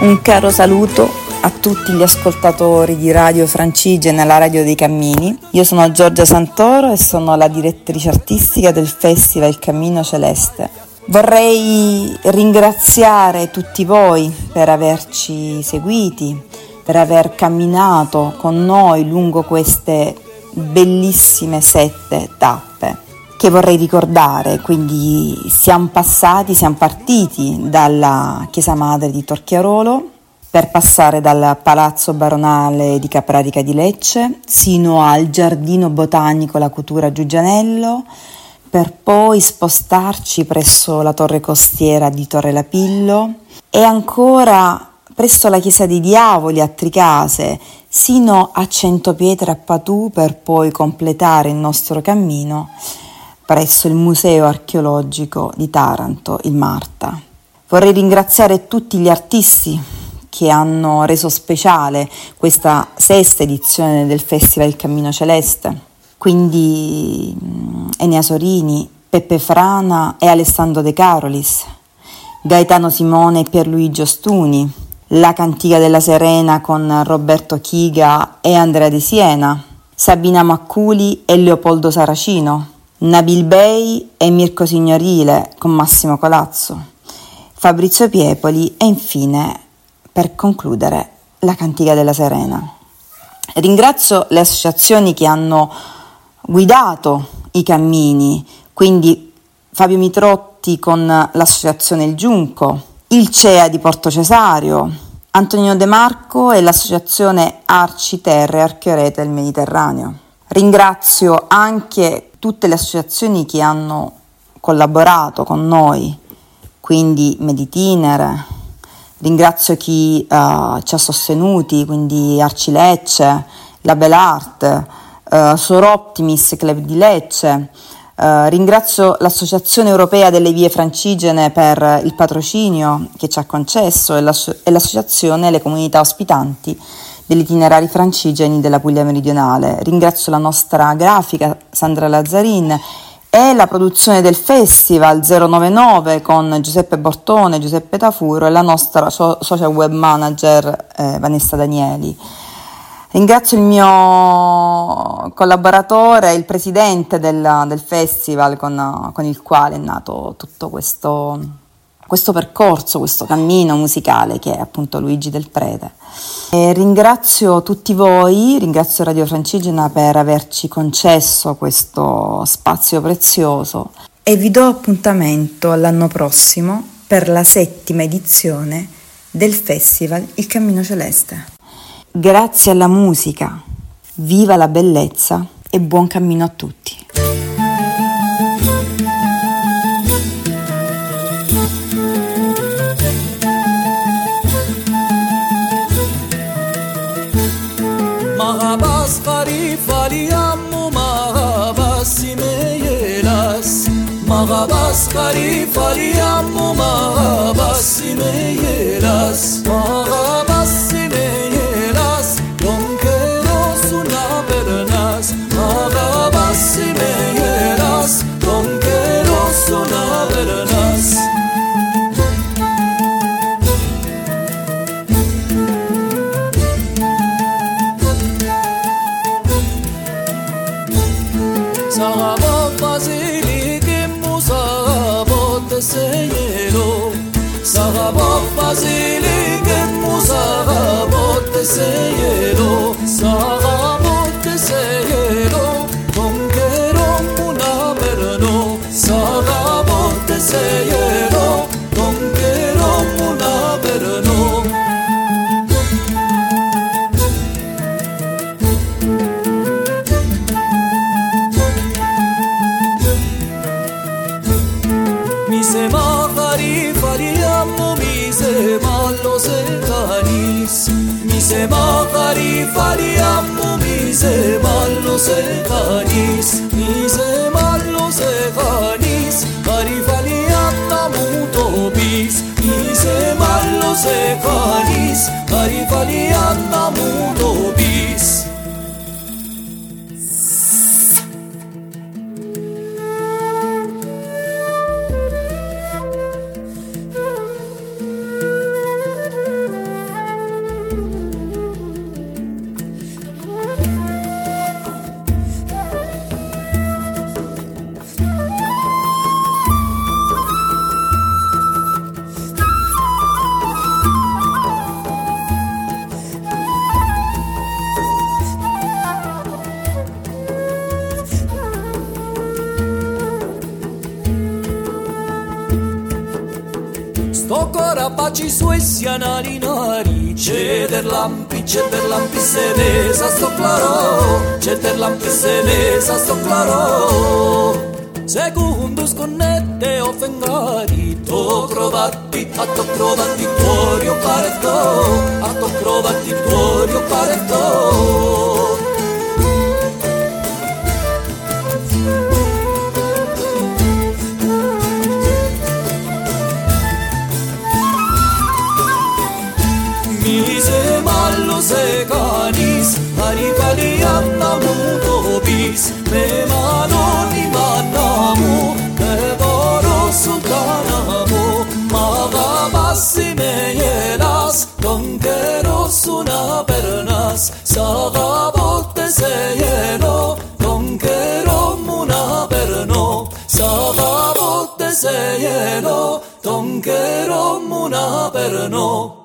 Un caro saluto a tutti gli ascoltatori di Radio Francigena, la radio dei cammini. Io sono Giorgia Santoro e sono la direttrice artistica del Festival Il Cammino Celeste. Vorrei ringraziare tutti voi per averci seguiti, per aver camminato con noi lungo queste bellissime 7 tappe che vorrei ricordare. Quindi siamo partiti dalla Chiesa Madre di Tor Chiarolo per passare dal Palazzo Baronale di Caprarica di Lecce sino al Giardino Botanico La Cutura Giugianello, per poi spostarci presso la Torre Costiera di Torre Lapillo e ancora presso la Chiesa dei Diavoli a Tricase sino a Centopietre a Patù, per poi completare il nostro cammino presso il Museo Archeologico di Taranto, il Marta. Vorrei ringraziare tutti gli artisti che hanno reso speciale questa 6ª edizione del Festival Il Cammino Celeste, quindi Enea Sorini, Peppe Frana e Alessandro De Carolis, Gaetano Simone e Pierluigi Ostuni, La Cantiga della Serena con Roberto Chiga e Andrea De Siena, Sabina Macculi e Leopoldo Saracino, Nabil Bey e Mirko Signorile con Massimo Colazzo, Fabrizio Piepoli e infine, per concludere, La Cantiga della Serena. Ringrazio le associazioni che hanno guidato i cammini, quindi Fabio Mitrotti con l'associazione Il Giunco, il CEA di Porto Cesario, Antonino De Marco e l'associazione Arci Terre Archeorete del Mediterraneo. Ringrazio anche tutte le associazioni che hanno collaborato con noi, quindi Meditinere. Ringrazio chi ci ha sostenuti, quindi Arci Lecce, Label Art, Soroptimis Club di Lecce. Ringrazio l'Associazione Europea delle Vie Francigene per il patrocinio che ci ha concesso e l'Associazione Le Comunità Ospitanti degli Itinerari Francigeni della Puglia Meridionale. Ringrazio la nostra grafica Sandra Lazzarin e la produzione del Festival 099 con Giuseppe Bortone, Giuseppe Tafuro e la nostra social web manager Vanessa Danieli. Ringrazio il mio collaboratore, il presidente del festival con il quale è nato tutto questo percorso, questo cammino musicale, che è appunto Luigi Del Prete. E ringrazio tutti voi, ringrazio Radio Francigena per averci concesso questo spazio prezioso e vi do appuntamento all'anno prossimo per la 7ª edizione del Festival Il Cammino Celeste. Grazie alla musica, viva la bellezza e buon cammino a tutti. Mahabas kharifa liammu mahabas simeyelas Mahabas kharifa liammu mahabas simeyelas Mahabas simeyelas Donkero suna bernas Mahabas simeyelas Donkero suna bernas Sahabot fazilik musabot seyelo Sahabot fazilik musabot seyelo Sahabot seyelo Donkero muna berno Sahabot seyelo Donkero muna berno Mise magari fariamo mise mallo secanis Mise magari fariamo mise mallo secanis Mise mallo secanis Cari faliatta mutobis Mise mallo secanis Cari faliatta mutobis Cocora paci suoi sianali nari, c'è der lampi se mesa sto claro, c'è der lampi se mesa sto claro. Secondo sconnette o fengari, to crovatti, a to crovatti tuori o paretto, a to crovatti tuori o paretto. Mise mallo se canis, aricali annamuto bis, me manoni mannamu, che voro sultanamu, ma va passi me jelas, don che rossuna pernas, sa va botte se jelo, don che romuna perno, sa va botte se jelo, don che romuna perno.